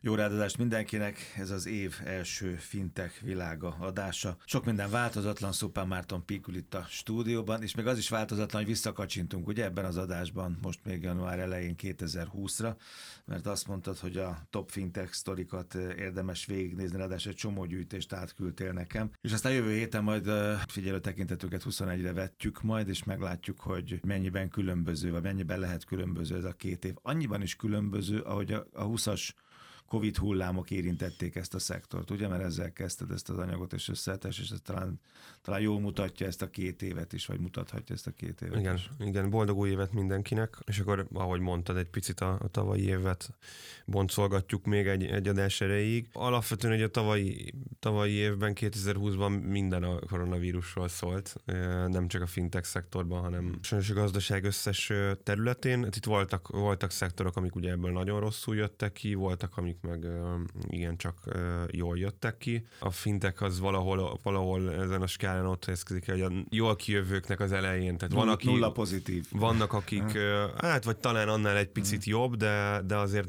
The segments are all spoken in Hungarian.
Jó ráadást mindenkinek, ez az év első fintech világa adása. Sok minden változatlan, Szupán Márton Pikül itt a stúdióban, és még az is változatlan, hogy visszakacsintunk ugye ebben az adásban, most még január elején 2020-ra, mert azt mondtad, hogy a top fintech sztorikat érdemes végignézni, ráadásul egy csomó gyűjtést átküldtél nekem, és aztán jövő héten majd figyelő tekintetünket 21-re vetjük majd, és meglátjuk, hogy mennyiben különböző, vagy mennyiben lehet különböző ez a két év. Annyiban is különböző, ahogy a 20-as Covid hullámok érintették ezt a szektort, ugye, mert ezzel kezdted ezt az anyagot és összetes, és ez talán jól mutatja ezt a két évet is, vagy mutathatja ezt a két évet igen, is. Igen, boldog új évet mindenkinek, és akkor, ahogy mondtad, egy picit a tavalyi évet boncolgatjuk még egy adás erejéig. Alapvetően, hogy a tavalyi évben, 2020-ban minden a koronavírusról szólt, nem csak a fintech szektorban, hanem sajnos a gazdaság összes területén. Itt voltak szektorok, amik ugye ebből nagyon rosszul jöttek ki, voltak, amik meg igencsak jól jöttek ki. A fintech az valahol ezen a skálán ott helyezkedik el, hogy a jól kijövőknek az elején. Tehát nulla pozitív. Vannak, akik, vagy talán annál egy picit jobb, de azért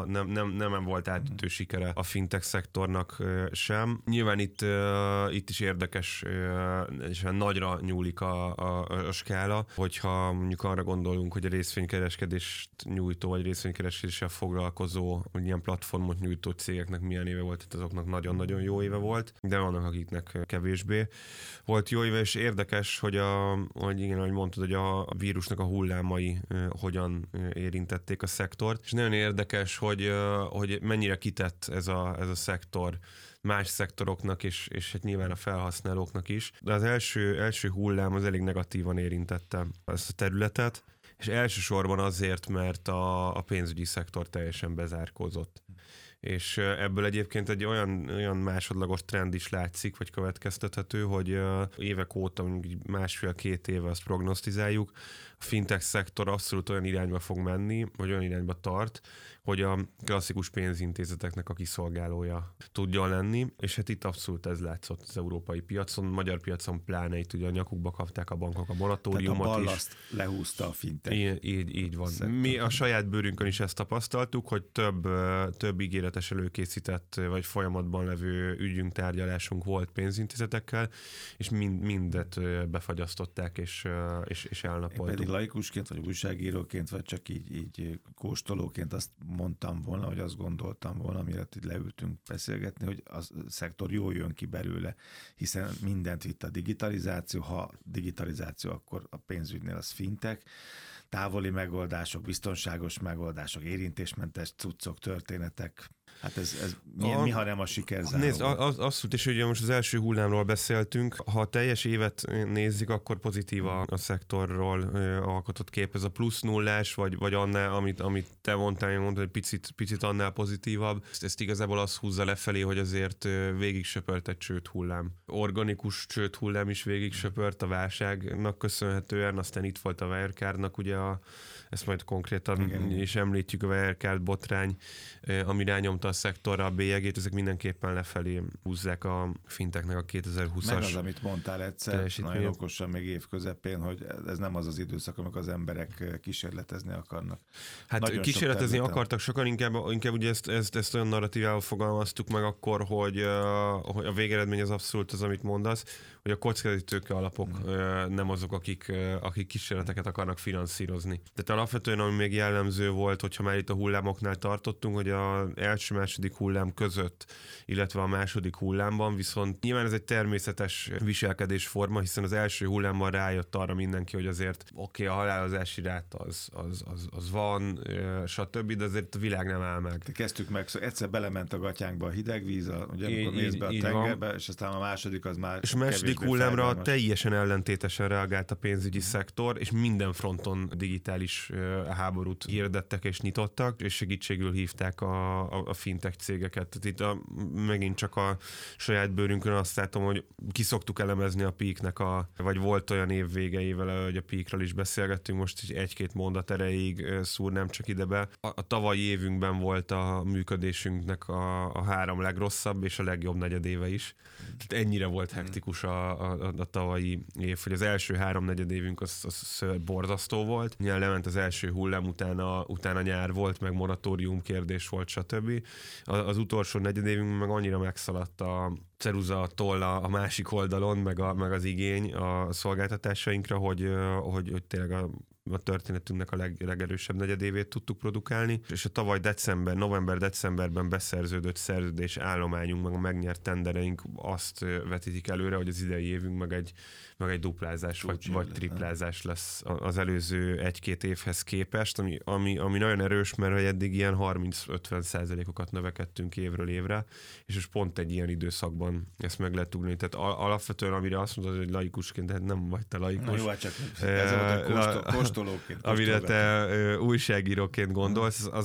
nem volt átütő sikere a fintech szektornak sem. Nyilván itt is érdekes, és nagyra nyúlik a skála, hogyha mondjuk arra gondolunk, hogy a részvénykereskedést nyújtó, vagy részvénykereskedéssel foglalkozó, ilyen platformot nyújtó cégeknek milyen éve volt, tehát azoknak nagyon-nagyon jó éve volt, de vannak, akiknek kevésbé volt jó éve, és érdekes, hogy ahogy mondtad, hogy a vírusnak a hullámai hogyan érintették a szektort, és nagyon érdekes, hogy mennyire kitett ez a szektor más szektoroknak, és hát nyilván a felhasználóknak is. De az első hullám az elég negatívan érintette ezt a területet, és elsősorban azért, mert a pénzügyi szektor teljesen bezárkózott. És ebből egyébként egy olyan másodlagos trend is látszik, vagy következtethető, hogy évek óta, mondjuk másfél-két éve azt prognosztizáljuk, a fintech szektor abszolút olyan irányba fog menni, vagy olyan irányba tart, hogy a klasszikus pénzintézeteknek a kiszolgálója tudjon lenni, és hát itt abszolút ez látszott az európai piacon, magyar piacon pláne itt ugye a nyakukba kapták a bankok a moratóriumot. Tehát a ballaszt lehúzta a fintech. Így van. Mi a saját bőrünkön is ezt tapasztaltuk, hogy több ígéretes előkészített, vagy folyamatban levő ügyünk, tárgyalásunk volt pénzintézetekkel, és mindet befagyasztották, és elnapoltuk. Én pedig laikusként, vagy újságíróként, vagy csak így kóstolóként azt mondtam volna, vagy azt gondoltam volna, amire itt leültünk beszélgetni, hogy a szektor jól jön ki belőle, hiszen mindent vitt a digitalizáció, ha digitalizáció, akkor a pénzügynél az fintech, távoli megoldások, biztonságos megoldások, érintésmentes cuccok, történetek. Hát ez mi, ha nem a sikerzáró? Nézd, azt és ugye most az első hullámról beszéltünk. Ha a teljes évet nézzük, akkor pozitív a szektorról alkotott kép. Ez a plusz nullás, vagy annál, amit te mondtál, én mondtad, hogy picit annál pozitívabb. Ezt igazából az húzza lefelé, hogy azért végig söpört egy csőd hullám. Organikus csőd hullám is végig söpört a válságnak köszönhetően, aztán itt volt a Wirecardnak, ugye ezt majd konkrétan is említjük, a Wirecard botrány, ami rányomta a szektorra a bélyegét, ezek mindenképpen lefelé húzzák a fintechnek a 2020-as. Meg az, amit mondtál egyszer, nagyon okosan még év közepén, hogy ez nem az az időszak, amikor az emberek kísérletezni akarnak. Hát nagyon kísérletezni akartak sokan, inkább ugye ezt olyan narratívával fogalmaztuk meg akkor, hogy a végeredmény az abszolút az, amit mondasz, hogy a kockázati tőke alapok nem azok, akik kísérleteket akarnak finanszírozni. Tehát alapvetően, ami még jellemző volt, hogyha már itt a hullámoknál tartottunk, hogy az első-második hullám között, illetve a második hullámban, viszont nyilván ez egy természetes viselkedésforma, hiszen az első hullámban rájött arra mindenki, hogy azért a halálozási ráta az van, stb., de azért a világ nem áll meg. Kezdtük meg, szóval egyszer belement a gatyánkba a hideg víz, ugye amikor mész be a tengerbe, és aztán a második az már és a második hullámra teljesen ellentétesen reagált a pénzügyi szektor, és minden fronton digitális háborút hirdettek és nyitottak, és segítségül hívták a fintech cégeket. Tehát itt megint csak a saját bőrünkön azt látom, hogy kiszoktuk elemezni a Peaknek, vagy volt olyan év végeivel, hogy a Peakről is beszélgettünk, most egy-két mondat erejéig szúrnám csak idebe. A tavalyi évünkben volt a működésünknek a három legrosszabb és a legjobb negyedéve is. Tehát ennyire volt hektikus a tavalyi év, hogy az első három negyedévünk az borzasztó volt. Nyilván lement az első hullám, utána nyár volt, meg moratórium kérdés volt, stb. az utolsó negyedévünk meg annyira megszaladt a ceruza tolla a másik oldalon, meg az igény a szolgáltatásainkra, hogy tényleg a történetünknek a legerősebb negyedévét tudtuk produkálni, és a tavaly november-decemberben beszerződött szerződés állományunk, meg a megnyert tendereink azt vetítik előre, hogy az idei évünk meg egy duplázás vagy triplázás lesz az előző 1-2 évhez képest, ami nagyon erős, mert eddig ilyen 30-50%-okat növekedtünk évről évre, és most pont egy ilyen időszakban ezt meg lehet tudni. Tehát alapvetően, amire azt mondod, hogy laikusként, tehát nem vagy te laikus. Na jó, csak ez volt a kóstolóként. Amire te újságíróként gondolsz, az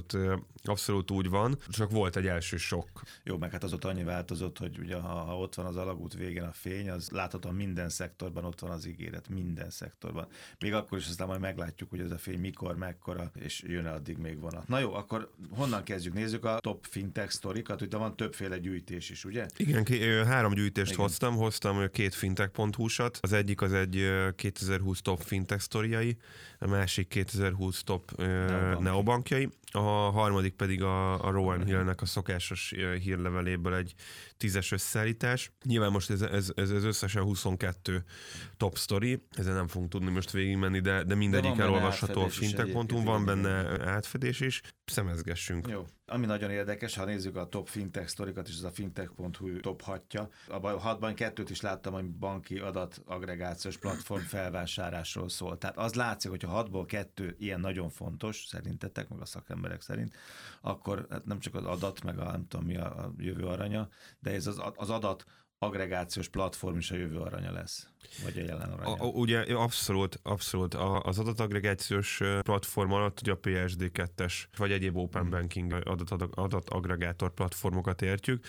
abszolút úgy van, csak volt egy első sok. Jó, meg hát az ott annyi változott, hogy ugye ha ott van az alagút végén a fény, az láthatóan minden szektorban ott van az ígéret, minden szektorban. Még akkor is aztán majd meglátjuk, hogy ez a fény mikor, mekkora, és jön-e addig még vonat. Na jó, akkor honnan kezdjük? Nézzük a top fintech sztorikat, ugye van többféle gyűjtés is, ugye? Igen, 3 gyűjtést hoztam 2 fintech.hu-sat. Az egyik az egy 2020 top fintech sztoriai, a másik 2020 top neobankjai, a harmadik pedig a Rowan Hill-nek a szokásos hírleveléből egy 10-es összeállítás. Nyilván most ez összesen 22 top sztori, ezen nem fogunk tudni most végigmenni, de mindegyik elolvasható a fintech.hu, van benne átfedés is. Szemezgessünk. Jó. Ami nagyon érdekes, ha nézzük a top fintech sztorikat, és ez a fintech.hu top 6-ja. Abban a 6-ban 2-t is láttam, hogy banki adattagregációs platform felvásárlásról szól. Tehát az látszik, hogy ha 6-ból 2 ilyen nagyon fontos, szerintetek, meg a szakemberek szerint, akkor hát nem csak az adat, meg nem tudom mi a jövő aranya, de ez az adat agregációs platform is a jövő aranya lesz, vagy a jelen aranya. Ugye abszolút. Az adatagregációs platform alatt ugye a PSD2-es, vagy egyéb open banking adatagregátor platformokat értjük,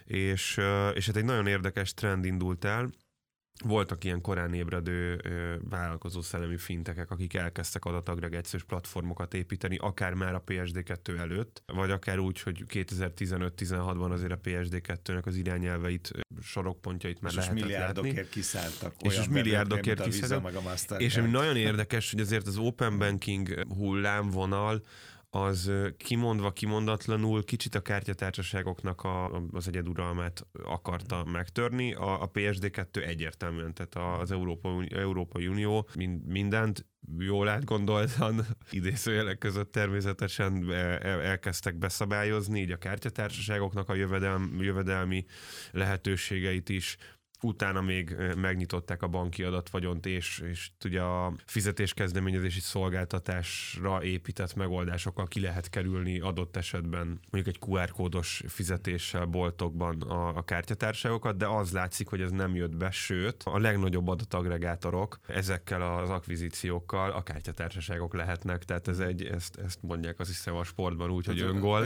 és hát egy nagyon érdekes trend indult el. Voltak ilyen korán ébredő vállalkozó szellemi fintekek, akik elkezdtek adatagregációs platformokat építeni, akár már a PSD2 előtt, vagy akár úgy, hogy 2015-16-ban azért a PSD2-nek az irányelveit, sorokpontjait már lehetett látni. És milliárdokért kiszálltak. És milliárdokért kiszálltak. És ami nagyon érdekes, hogy azért az open banking hullámvonal az kimondatlanul kicsit a kártyatársaságoknak az egyeduralmát akarta megtörni. A PSD2 egyértelműen, tehát az Európai Unió mindent jól átgondoltan, idézőjelek között természetesen elkezdtek beszabályozni, így a kártyatársaságoknak a jövedelmi lehetőségeit is. Utána még megnyitották a banki adatvagyont, és ugye a fizetéskezdeményezési szolgáltatásra épített megoldásokkal ki lehet kerülni adott esetben mondjuk egy QR-kódos fizetéssel boltokban a kártyatársaságokat, de az látszik, hogy ez nem jött be, sőt, a legnagyobb adatagregátorok ezekkel az akvizíciókkal a kártyatársaságok lehetnek, tehát ezt mondják azt hiszem a sportban úgy, hogy öngól.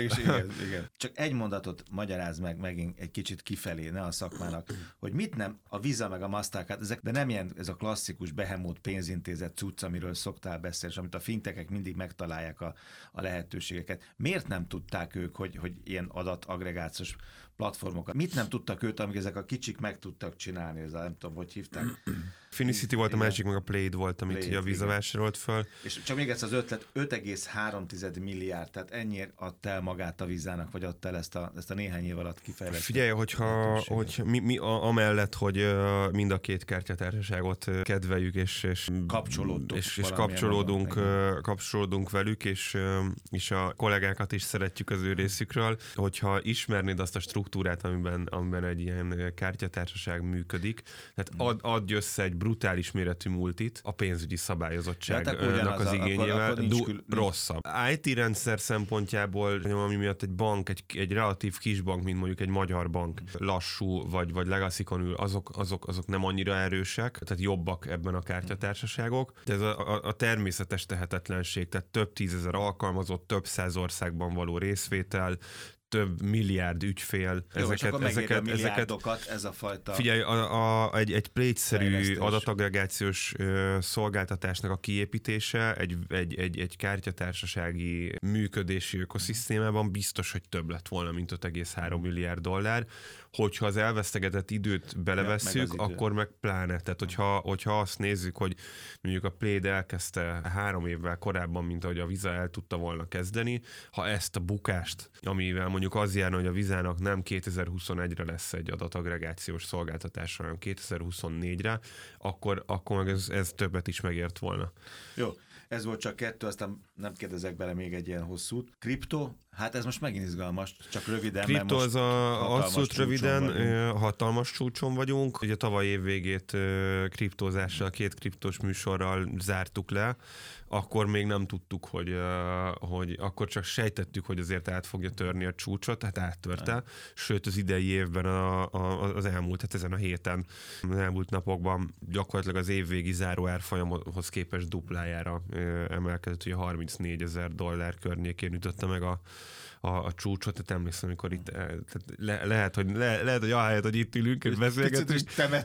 Igen. Csak egy mondatot magyarázz meg megint egy kicsit kifelé, ne a szakmának, hogy mit nem, a Visa meg a Mastercard, de nem ilyen ez a klasszikus behemoth pénzintézet cucc, amiről szoktál beszélni, és amit a fintekek mindig megtalálják a lehetőségeket. Miért nem tudták ők, hogy ilyen adatagregációs platformokat? Mit nem tudtak ők, amíg ezek a kicsik meg tudtak csinálni, ez nem tudom, hogy hívták. Finicity volt a másik, meg a Plaid volt, amit a Visa vásárolt föl. És csak még egyszer az ötlet, 5,3 milliárd, tehát ennyiért adta el magát a Visának, vagy adta el ezt a néhány év alatt kifejlesztett. Figyelj, hogy mi amellett, hogy mind a két kártyatársaságot kedveljük, és kapcsolódunk velük, és a kollégákat is szeretjük az ő részükről, hogyha ismernéd azt a struktúrát, amiben egy ilyen kártyatársaság működik, tehát adj össze egy brutális méretű multit a pénzügyi szabályozottságnak az igényével, rosszabb. IT rendszer szempontjából, ami miatt egy bank, egy relatív kis bank, mint mondjuk egy magyar bank, lassú, vagy legacy-on ül, azok nem annyira erősek, tehát jobbak ebben a kártyatársaságok, de ez a természetes tehetetlenség, tehát több 10 000 alkalmazott, több 100 országban való részvétel, több milliárd ügyfél. Jó, ezeket milliárdokat, ez a fajta... Figyelj, egy Plate-szerű adatagregációs szolgáltatásnak a kiépítése egy kártyatársasági működési ökoszisztémában biztos, hogy több lett volna, mint 5,3 milliárd dollár. Hogyha az elvesztegetett időt belevesszük, akkor meg pláne. Tehát, hogyha azt nézzük, hogy mondjuk a Plaid elkezdte 3 évvel korábban, mint ahogy a Visa el tudta volna kezdeni, ha ezt a bukást, amivel mondjuk az járna, hogy a Visának nem 2021-re lesz egy adatagregációs szolgáltatás, hanem 2024-re, akkor meg ez többet is megért volna. Jó. Ez volt csak 2, aztán nem kérdezek bele még egy ilyen hosszút. Kripto, hát ez most megint izgalmas, csak röviden. Kripto az abszolút röviden, hatalmas csúcson vagyunk. Ugye tavaly év végét kriptózással, 2 kriptós műsorral zártuk le, akkor még nem tudtuk, hogy akkor csak sejtettük, hogy azért át fogja törni a csúcsot, tehát áttörte. Sőt, az idei évben az elmúlt, hát ezen a héten, az elmúlt napokban gyakorlatilag az évvégi záró árfolyamhoz képest duplájára emelkedett, ugye $34,000 környékén ütötte meg a csúcsot, tehát emlékszem, amikor itt lehet, hogy ahelyett, hogy itt ülünk és beszélgetünk,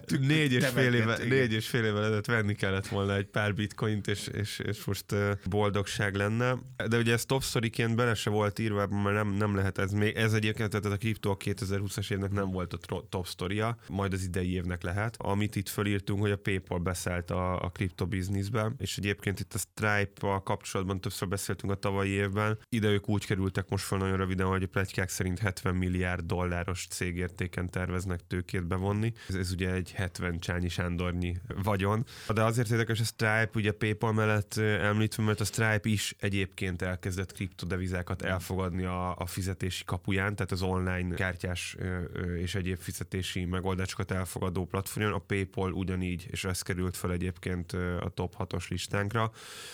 4,5 évvel ezelőtt venni kellett volna egy pár bitcoint, és most boldogság lenne. De ugye ez top storyként bele se volt írva, mert nem lehet ez egyébként, tehát a kriptó a 2020-as évnek nem volt a top sztoria, majd az idei évnek lehet. Amit itt fölírtunk, hogy a PayPal beszállt a kripto bizniszbe, és egyébként itt a Stripe-val kapcsolatban többször beszéltünk a tavalyi évben. Ide ők úgy kerültek most fel nagyon röviden, hogy a pletykák szerint $70 milliárd cégértéken terveznek tőkét bevonni. Ez ugye egy 70 Csányi Sándornyi vagyon. De azért érdekes a Stripe, ugye PayPal mellett említve, mert a Stripe is egyébként elkezdett kriptodevizákat elfogadni a fizetési kapuján, tehát az online kártyás és egyéb fizetési megoldásokat elfogadó platformon. A PayPal ugyanígy, és ez került fel egyébként a top 6-os listánkra,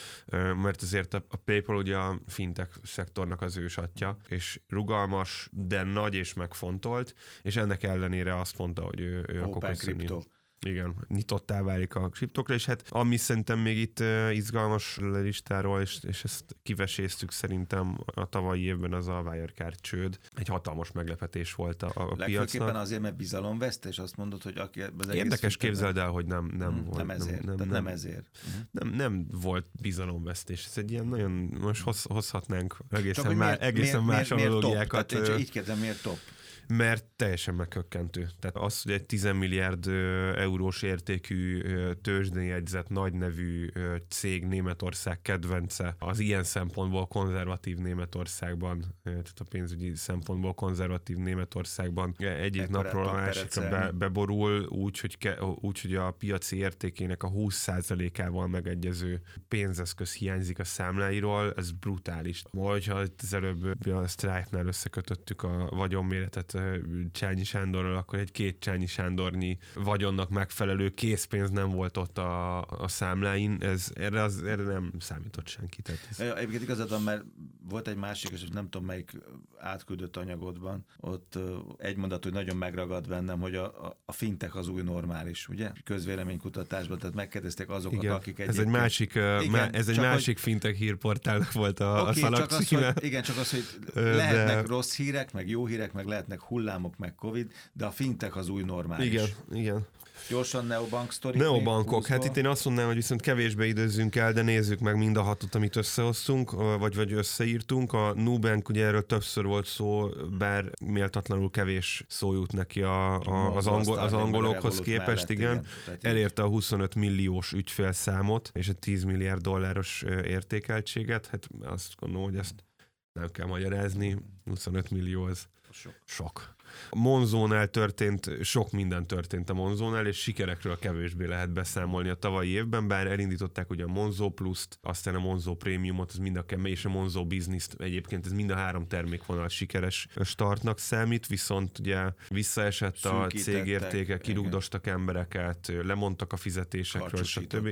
mert azért a PayPal ugye a fintech szektornak az ősatja, és rugalmas, de nagy és megfontolt, és ennek ellenére azt mondta, hogy ő akkor köszönjük. Igen, nyitottá válik a kriptokra, és hát ami szerintem még itt izgalmas listáról, és ezt kiveséztük szerintem a tavalyi évben, az a Wirecard csőd. Egy hatalmas meglepetés volt a piacnak. Legfőképpen azért, mert bizalomvesztés, azt mondod, hogy aki... Érdekes, képzeld el, hogy nem volt. Nem ezért. Nem volt bizalomvesztés. Ez egy ilyen nagyon, most hozhatnánk egészen más analógiákat. Tehát így kérdem, miért top? Mert teljesen meghökkentő. Tehát az, hogy egy 10 milliárd eurós értékű tőzsdén jegyzett nagy nevű cég Németország kedvence az ilyen szempontból konzervatív Németországban, tehát a pénzügyi szempontból konzervatív Németországban egyik napról a másikra beborul, úgy, hogy a piaci értékének a 20%-ával megegyező pénzeszköz hiányzik a számláiról, ez brutális. Hogyha az előbb a Stripe-nál összekötöttük a vagyonméretet Csányi Sándorral, akkor egy 2 Csányi Sándornyi vagyonnak megfelelő készpénz nem volt ott a számláin. Erre nem számított senki. Egyébként igazad van, mert volt egy másik, és nem tudom melyik átküldött anyagodban, ott egy mondat, hogy nagyon megragad bennem, hogy a fintech az új normális, ugye? Közvéleménykutatásban, tehát megkérdezték azokat, igen, akik egyébként... Ez egy másik fintech hírportálnak volt a szalagcíme. Igen, csak az, hogy lehetnek rossz hírek, meg jó hírek, meg lehetnek hullámok, meg Covid, de a fintech az új normális. Igen. Gyorsan Neobank sztori. Neobankok. Hát itt én azt mondanám, hogy viszont kevésbé időzzünk el, de nézzük meg mind a 6-ot, amit összehoztunk, vagy összeírtunk. A Nubank, ugye erről többször volt szó, bár méltatlanul kevés szó jut neki az angolokhoz képest, igen. Elérte a 25 milliós ügyfélszámot, és a 10 milliárd dolláros értékeltséget. Hát azt gondolom, hogy ezt nem kell magyarázni. 25 millió az sok. Monzónál sok minden történt a Monzónál, és sikerekről kevésbé lehet beszámolni a tavalyi évben, bár elindították ugye a Monzo Plus-t, aztán a Monzo Premiumot, az mind és a Monzo Business-t, egyébként ez mind a 3 termékvonal sikeres startnak számít, viszont ugye visszaesett a cégértéke, kirugdostak embereket, lemondtak a fizetésekről, stb.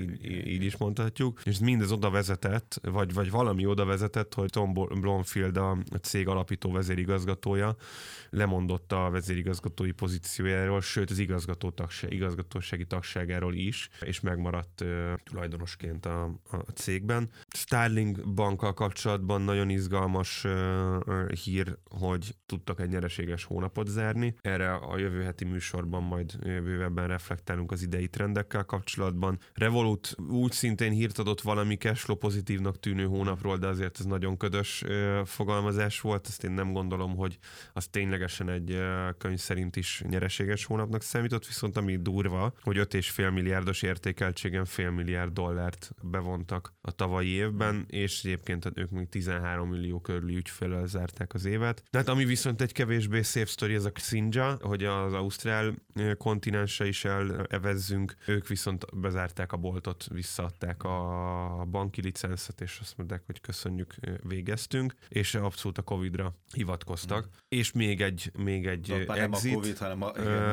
Így is mondhatjuk. És mindez oda vezetett, vagy valami oda vezetett, hogy Tom Blomfield, a cég cég alapító vezérigazgatója lemondott a vezérigazgatói pozíciójáról, sőt az igazgatósági tagságáról is, és megmaradt tulajdonosként a cégben. Starling bankkal kapcsolatban nagyon izgalmas hír, hogy tudtak egy nyereséges hónapot zárni. Erre a jövő heti műsorban majd bővebben reflektálunk az idei trendekkel kapcsolatban. Revolut úgy szintén hírt adott valami cashflow pozitívnak tűnő hónapról, de azért ez nagyon ködös fogalmazás volt. Ezt én nem gondolom, hogy az ténylegesen egy könyv szerint is nyereséges hónapnak számított, viszont ami durva, hogy 5,5 milliárdos értékeltségen $500 milliárd bevontak a tavalyi évben, és egyébként ők még 13 millió körüli ügyféllel zárták az évet. Tehát ami viszont egy kevésbé szép sztori, ez a Xinja, hogy az ausztrál kontinensre is elevezzünk, ők viszont bezárták a boltot, visszaadták a banki licenszet, és azt mondták, hogy köszönjük, végeztünk, és abszolút a Covid-ra hivatkoztak. És még egy exit. Nem a Covid, hanem a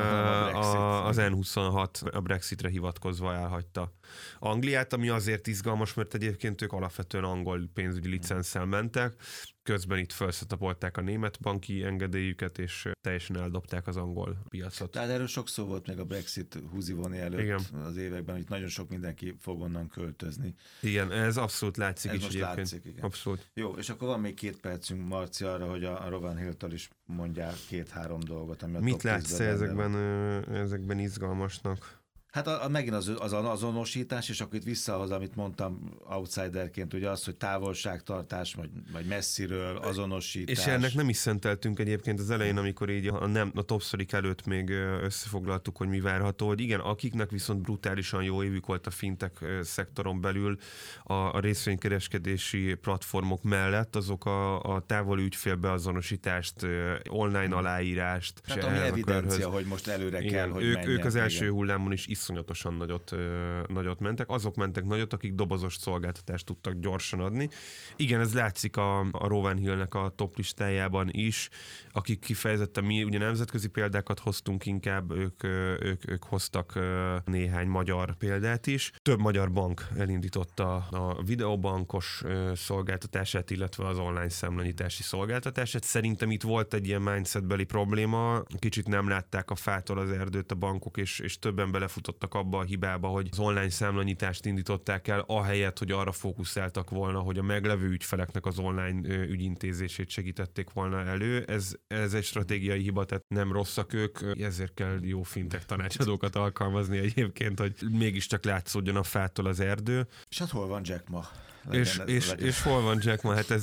Brexit. Az N26 a Brexitre hivatkozva elhagyta Angliát, ami azért izgalmas, mert egyébként ők alapvetően angol pénzügyi licenszel mentek, közben itt felszetapolták a német banki engedélyüket, és teljesen eldobták az angol piacot. Tehát erről sok szó volt még a Brexit húzivoni előtt. Igen. Az években, hogy nagyon sok mindenki fog onnan költözni. Igen, ez abszolút látszik ez is most egyébként. Látszik, igen. Abszolút. Jó, és akkor van még 2 percünk, Marci, arra, hogy a Rowan Hill-től is mondjál 2-3 dolgot, ami a mit látsz ezekben izgalmasnak? Hát megint az azonosítás, és akkor itt visszahoz, amit mondtam outsiderként, ugye az, hogy távolságtartás, vagy messziről azonosítás. És ennek nem is szenteltünk egyébként az elején, amikor így a topszorik előtt még összefoglaltuk, hogy mi várható, hogy igen, akiknek viszont brutálisan jó évük volt a fintech szektoron belül a részvénykereskedési platformok mellett, azok a távoli ügyfélbeazonosítást, online aláírást. Tehát ami evidencia, hogy most előre igen, kell, hogy ők az első hullámon is iszonyatosan nagyot mentek. Azok mentek nagyot, akik dobozos szolgáltatást tudtak gyorsan adni. Igen, ez látszik a Rowan Hill-nek a top listájában is, akik kifejezetten, mi ugye nemzetközi példákat hoztunk inkább, ők hoztak néhány magyar példát is. Több magyar bank elindította a videobankos szolgáltatását, illetve az online számlanyítási szolgáltatását. Szerintem itt volt egy ilyen mindsetbeli probléma, kicsit nem látták a fától az erdőt a bankok, és többen belefutottak abba a hibába, hogy az online számlanyítást indították el, ahelyett, hogy arra fókuszáltak volna, hogy a meglevő ügyfeleknek az online ügyintézését segítették volna elő. Ez egy stratégiai hiba, tehát nem rosszak ők, ezért kell jó fintech tanácsadókat alkalmazni egyébként, hogy mégiscsak látszódjon a fától az erdő. És hát hol van Jack ma? És hol van Jack ma? Hát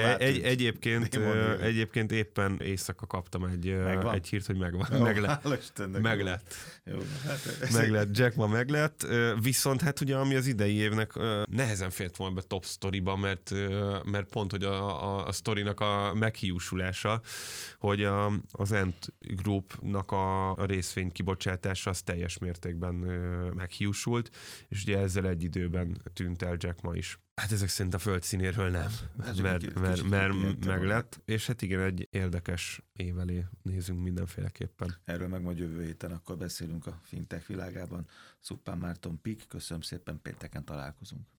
egyébként éppen éjszaka kaptam egy hírt, hogy meglett. Meglett, Jack ma meglett. Viszont hát ugye ami az idei évnek nehezen fért volna be top sztoriba, mert pont, hogy a sztorinak a meghiúsulása, hogy az Ant Groupnak a részvény kibocsátása az teljes mértékben meghiúsult, és ugye ezzel egy időben tűnt el Jack ma is. Hát ezek szerint a földszínéről nem, mert meglett, és hát igen, egy érdekes év elé nézünk mindenféleképpen. Erről meg majd jövő héten akkor beszélünk a fintech világában. Szuppán Márton Pik, köszönöm szépen, pénteken találkozunk.